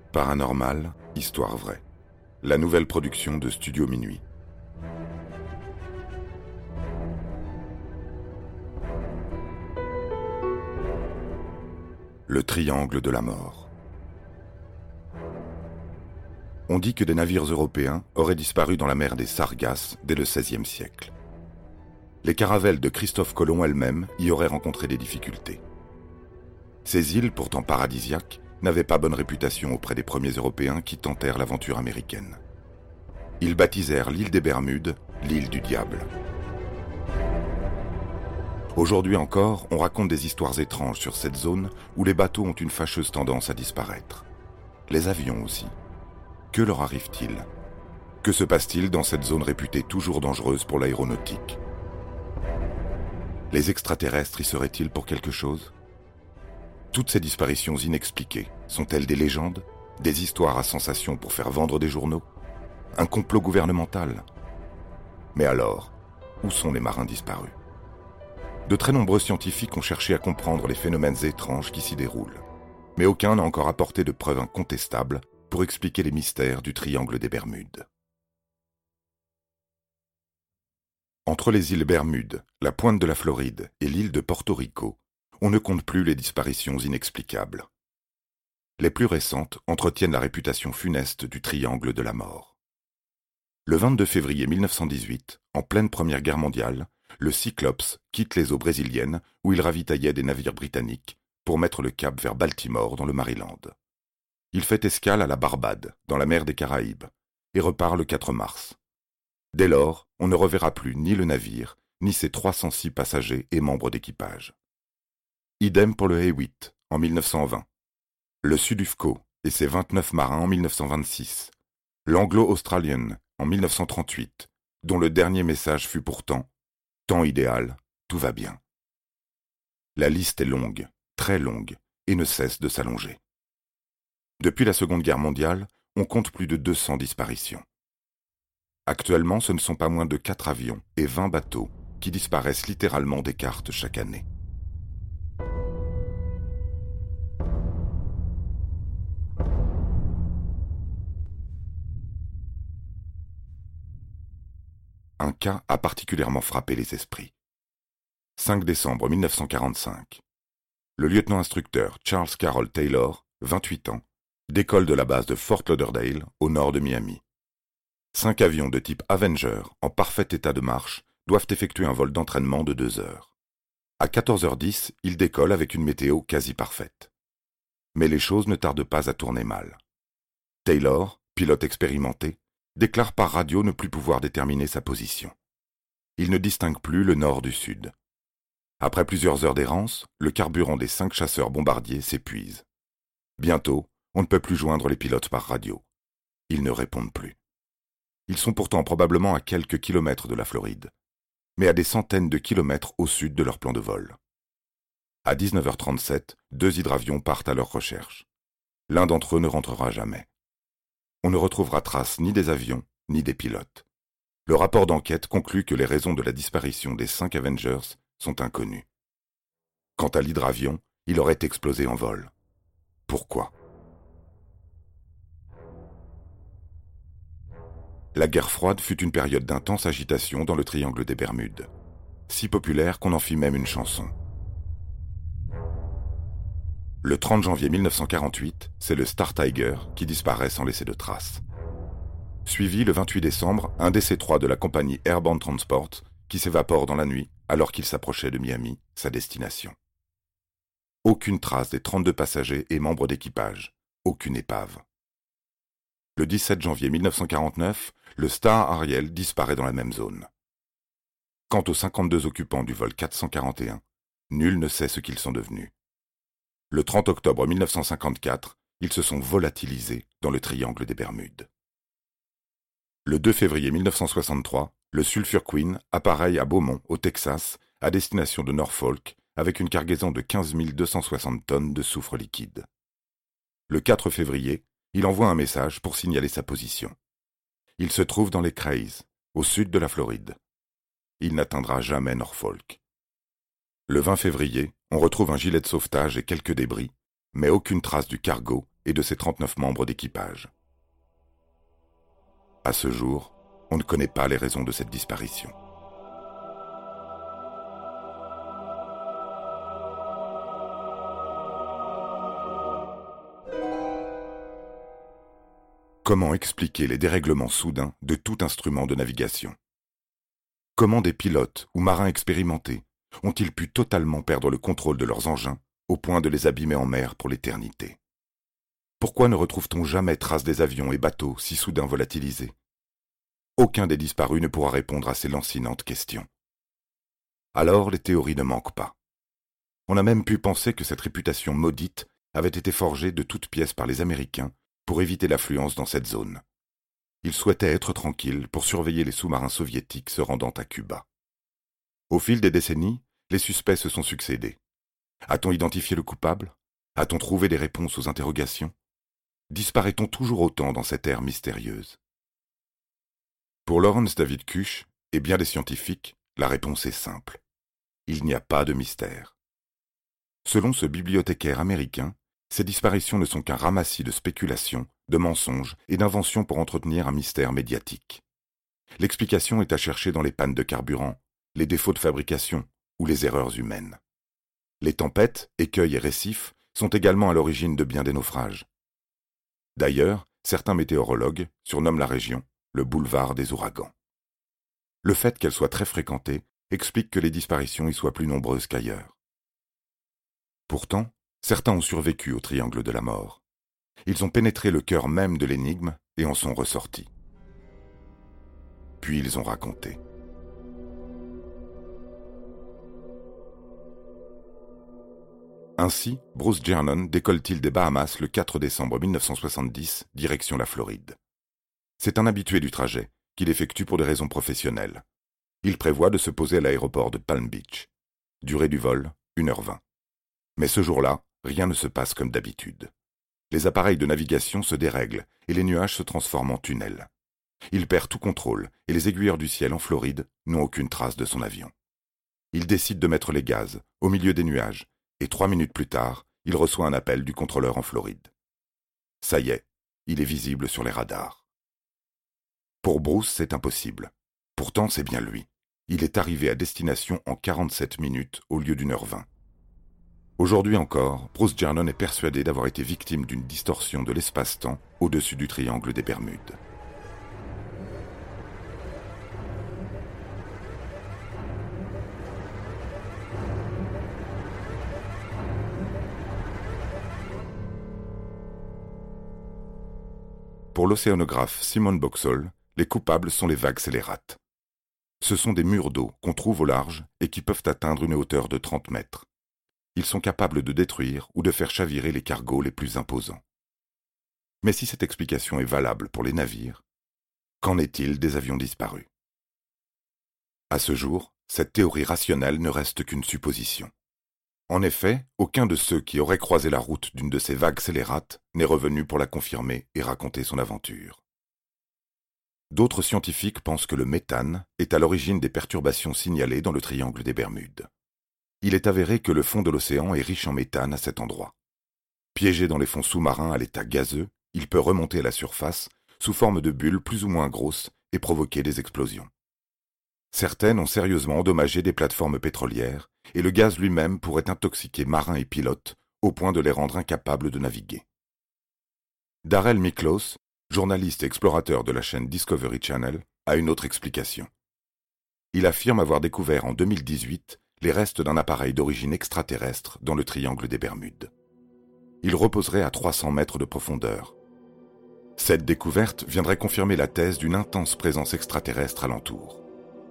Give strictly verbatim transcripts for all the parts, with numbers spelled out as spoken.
Paranormal, histoire vraie. La nouvelle production de Studio Minuit. Le triangle de la mort. On dit que des navires européens auraient disparu dans la mer des Sargasses dès le seizième siècle. Les caravelles de Christophe Colomb elles-mêmes y auraient rencontré des difficultés. Ces îles, pourtant paradisiaques, n'avaient pas bonne réputation auprès des premiers Européens qui tentèrent l'aventure américaine. Ils baptisèrent l'île des Bermudes l'île du diable. Aujourd'hui encore, on raconte des histoires étranges sur cette zone où les bateaux ont une fâcheuse tendance à disparaître. Les avions aussi. Que leur arrive-t-il ? Que se passe-t-il dans cette zone réputée toujours dangereuse pour l'aéronautique ? Les extraterrestres y seraient-ils pour quelque chose ? Toutes ces disparitions inexpliquées sont-elles des légendes, des histoires à sensation pour faire vendre des journaux ? Un complot gouvernemental ? Mais alors, où sont les marins disparus ? De très nombreux scientifiques ont cherché à comprendre les phénomènes étranges qui s'y déroulent, mais aucun n'a encore apporté de preuves incontestables pour expliquer les mystères du triangle des Bermudes. Entre les îles Bermudes, la pointe de la Floride et l'île de Porto Rico, on ne compte plus les disparitions inexplicables. Les plus récentes entretiennent la réputation funeste du triangle de la mort. Le vingt-deux février mille neuf cent dix-huit, en pleine Première Guerre mondiale, le Cyclops quitte les eaux brésiliennes où il ravitaillait des navires britanniques pour mettre le cap vers Baltimore dans le Maryland. Il fait escale à la Barbade, dans la mer des Caraïbes, et repart le quatre mars. Dès lors, on ne reverra plus ni le navire, ni ses trois cent six passagers et membres d'équipage. Idem pour le Hewitt, en mille neuf cent vingt. Le Sudufco et ses vingt-neuf marins en mille neuf cent vingt-six. L'Anglo-Australian, en mille neuf cent trente-huit, dont le dernier message fut pourtant « Temps idéal, tout va bien ». La liste est longue, très longue, et ne cesse de s'allonger. Depuis la Seconde Guerre mondiale, on compte plus de deux cents disparitions. Actuellement, ce ne sont pas moins de quatre avions et vingt bateaux qui disparaissent littéralement des cartes chaque année. Un cas a particulièrement frappé les esprits. cinq décembre mille neuf cent quarante-cinq. Le lieutenant-instructeur Charles Carroll Taylor, vingt-huit ans, décolle de la base de Fort Lauderdale, au nord de Miami. Cinq avions de type Avenger, en parfait état de marche, doivent effectuer un vol d'entraînement de deux heures. À quatorze heures dix, ils décollent avec une météo quasi parfaite. Mais les choses ne tardent pas à tourner mal. Taylor, pilote expérimenté, déclare par radio ne plus pouvoir déterminer sa position. Il ne distingue plus le nord du sud. Après plusieurs heures d'errance, le carburant des cinq chasseurs bombardiers s'épuise. Bientôt, on ne peut plus joindre les pilotes par radio. Ils ne répondent plus. Ils sont pourtant probablement à quelques kilomètres de la Floride, mais à des centaines de kilomètres au sud de leur plan de vol. À dix-neuf heures trente-sept, deux hydravions partent à leur recherche. L'un d'entre eux ne rentrera jamais. On ne retrouvera trace ni des avions, ni des pilotes. Le rapport d'enquête conclut que les raisons de la disparition des cinq Avengers sont inconnues. Quant à l'hydravion, il aurait explosé en vol. Pourquoi ? La guerre froide fut une période d'intense agitation dans le triangle des Bermudes, si populaire qu'on en fit même une chanson. Le trente janvier mille neuf cent quarante-huit, c'est le Star Tiger qui disparaît sans laisser de traces. Suivi le vingt-huit décembre, un D C trois de la compagnie Airborne Transport qui s'évapore dans la nuit alors qu'il s'approchait de Miami, sa destination. Aucune trace des trente-deux passagers et membres d'équipage, aucune épave. Le dix-sept janvier mille neuf cent quarante-neuf, le Star Ariel disparaît dans la même zone. Quant aux cinquante-deux occupants du vol quatre cent quarante et un, nul ne sait ce qu'ils sont devenus. Le trente octobre mille neuf cent cinquante-quatre, ils se sont volatilisés dans le triangle des Bermudes. Le deux février mille neuf cent soixante-trois, le Sulphur Queen appareille à Beaumont, au Texas, à destination de Norfolk, avec une cargaison de quinze mille deux cent soixante tonnes de soufre liquide. Le quatre février, il envoie un message pour signaler sa position. Il se trouve dans les Keys, au sud de la Floride. Il n'atteindra jamais Norfolk. Le vingt février, on retrouve un gilet de sauvetage et quelques débris, mais aucune trace du cargo et de ses trente-neuf membres d'équipage. À ce jour, on ne connaît pas les raisons de cette disparition. Comment expliquer les dérèglements soudains de tout instrument de navigation? Comment des pilotes ou marins expérimentés ont-ils pu totalement perdre le contrôle de leurs engins au point de les abîmer en mer pour l'éternité? Pourquoi ne retrouve-t-on jamais trace des avions et bateaux si soudain volatilisés? Aucun des disparus ne pourra répondre à ces lancinantes questions. Alors les théories ne manquent pas. On a même pu penser que cette réputation maudite avait été forgée de toutes pièces par les Américains pour éviter l'affluence dans cette zone. Ils souhaitaient être tranquilles pour surveiller les sous-marins soviétiques se rendant à Cuba. Au fil des décennies, les suspects se sont succédés. A-t-on identifié le coupable? A-t-on trouvé des réponses aux interrogations? Disparaît-on toujours autant dans cette ère mystérieuse? Pour Lawrence David Kusch et bien des scientifiques, la réponse est simple. Il n'y a pas de mystère. Selon ce bibliothécaire américain, ces disparitions ne sont qu'un ramassis de spéculations, de mensonges et d'inventions pour entretenir un mystère médiatique. L'explication est à chercher dans les pannes de carburant, les défauts de fabrication ou les erreurs humaines. Les tempêtes, écueils et récifs sont également à l'origine de bien des naufrages. D'ailleurs, certains météorologues surnomment la région le boulevard des ouragans. Le fait qu'elle soit très fréquentée explique que les disparitions y soient plus nombreuses qu'ailleurs. Pourtant, certains ont survécu au triangle de la mort. Ils ont pénétré le cœur même de l'énigme et en sont ressortis. Puis ils ont raconté. Ainsi, Bruce Jernon décolle-t-il des Bahamas le quatre décembre mille neuf cent soixante-dix, direction la Floride. C'est un habitué du trajet, qu'il effectue pour des raisons professionnelles. Il prévoit de se poser à l'aéroport de Palm Beach. Durée du vol, une heure vingt. Mais ce jour-là, rien ne se passe comme d'habitude. Les appareils de navigation se dérèglent et les nuages se transforment en tunnels. Il perd tout contrôle et les aiguilleurs du ciel en Floride n'ont aucune trace de son avion. Il décide de mettre les gaz au milieu des nuages et trois minutes plus tard, il reçoit un appel du contrôleur en Floride. Ça y est, il est visible sur les radars. Pour Bruce, c'est impossible. Pourtant, c'est bien lui. Il est arrivé à destination en quarante-sept minutes au lieu d'une heure vingt. Aujourd'hui encore, Bruce Jernon est persuadé d'avoir été victime d'une distorsion de l'espace-temps au-dessus du triangle des Bermudes. Pour l'océanographe Simon Boxall, les coupables sont les vagues scélérates. Ce sont des murs d'eau qu'on trouve au large et qui peuvent atteindre une hauteur de trente mètres. Ils sont capables de détruire ou de faire chavirer les cargos les plus imposants. Mais si cette explication est valable pour les navires, qu'en est-il des avions disparus? À ce jour, cette théorie rationnelle ne reste qu'une supposition. En effet, aucun de ceux qui auraient croisé la route d'une de ces vagues scélérates n'est revenu pour la confirmer et raconter son aventure. D'autres scientifiques pensent que le méthane est à l'origine des perturbations signalées dans le triangle des Bermudes. Il est avéré que le fond de l'océan est riche en méthane à cet endroit. Piégé dans les fonds sous-marins à l'état gazeux, il peut remonter à la surface sous forme de bulles plus ou moins grosses et provoquer des explosions. Certaines ont sérieusement endommagé des plateformes pétrolières et le gaz lui-même pourrait intoxiquer marins et pilotes au point de les rendre incapables de naviguer. Darrell Miklos, journaliste et explorateur de la chaîne Discovery Channel, a une autre explication. Il affirme avoir découvert en deux mille dix-huit les restes d'un appareil d'origine extraterrestre dans le triangle des Bermudes. Il reposerait à trois cents mètres de profondeur. Cette découverte viendrait confirmer la thèse d'une intense présence extraterrestre alentour.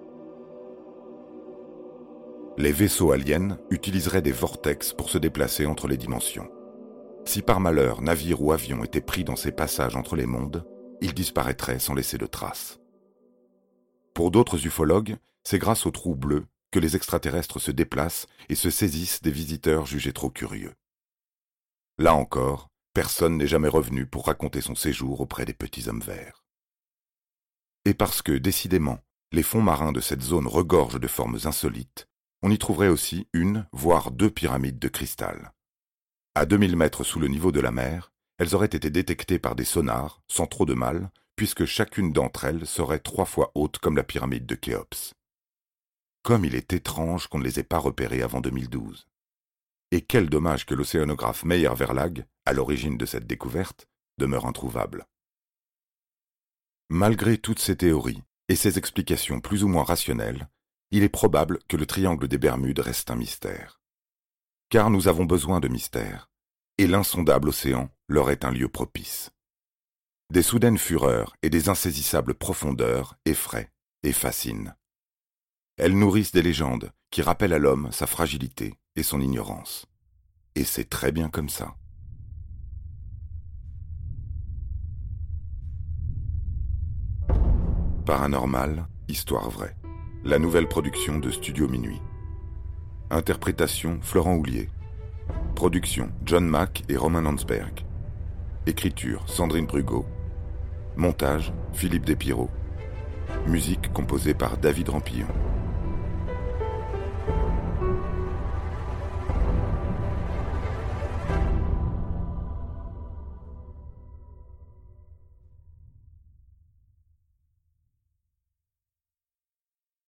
Les vaisseaux aliens utiliseraient des vortex pour se déplacer entre les dimensions. Si par malheur navire ou avion était pris dans ces passages entre les mondes, il disparaîtrait sans laisser de traces. Pour d'autres ufologues, c'est grâce aux trous bleus que les extraterrestres se déplacent et se saisissent des visiteurs jugés trop curieux. Là encore, personne n'est jamais revenu pour raconter son séjour auprès des petits hommes verts. Et parce que, décidément, les fonds marins de cette zone regorgent de formes insolites, on y trouverait aussi une, voire deux pyramides de cristal. À deux mille mètres sous le niveau de la mer, elles auraient été détectées par des sonars, sans trop de mal, puisque chacune d'entre elles serait trois fois haute comme la pyramide de Khéops. Comme il est étrange qu'on ne les ait pas repérées avant deux mille douze. Et quel dommage que l'océanographe Meyer Verlag, à l'origine de cette découverte, demeure introuvable. Malgré toutes ces théories et ces explications plus ou moins rationnelles, il est probable que le triangle des Bermudes reste un mystère. Car nous avons besoin de mystères, et l'insondable océan leur est un lieu propice. Des soudaines fureurs et des insaisissables profondeurs effraient et fascinent. Elles nourrissent des légendes qui rappellent à l'homme sa fragilité et son ignorance. Et c'est très bien comme ça. Paranormal, histoire vraie. La nouvelle production de Studio Minuit. Interprétation Florent Houlier. Production John Mack et Romain Landsberg. Écriture Sandrine Brugot. Montage Philippe Despiraux. Musique composée par David Rampillon.